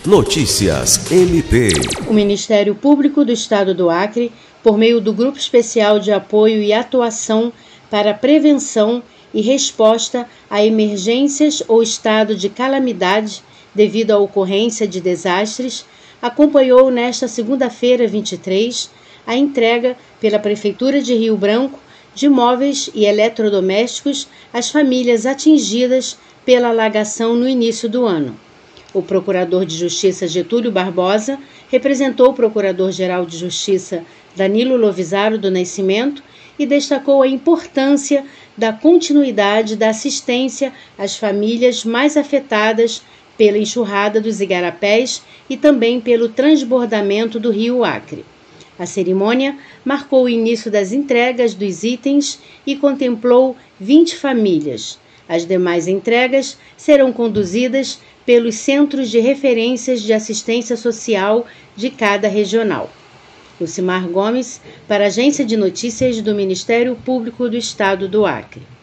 Notícias MP. O Ministério Público do Estado do Acre, por meio do Grupo Especial de Apoio e Atuação para Prevenção e Resposta a Emergências ou Estado de Calamidade devido à ocorrência de desastres, acompanhou nesta segunda-feira, 23, a entrega pela Prefeitura de Rio Branco de móveis e eletrodomésticos às famílias atingidas pela alagação no início do ano. O Procurador de Justiça Getúlio Barbosa representou o Procurador-Geral de Justiça Danilo Lovisaro do Nascimento e destacou a importância da continuidade da assistência às famílias mais afetadas pela enxurrada dos igarapés e também pelo transbordamento do rio Acre. A cerimônia marcou o início das entregas dos itens e contemplou 20 famílias. As demais entregas serão conduzidas pelos Centros de Referências de Assistência Social de cada regional. Lucimar Gomes, para a Agência de Notícias do Ministério Público do Estado do Acre.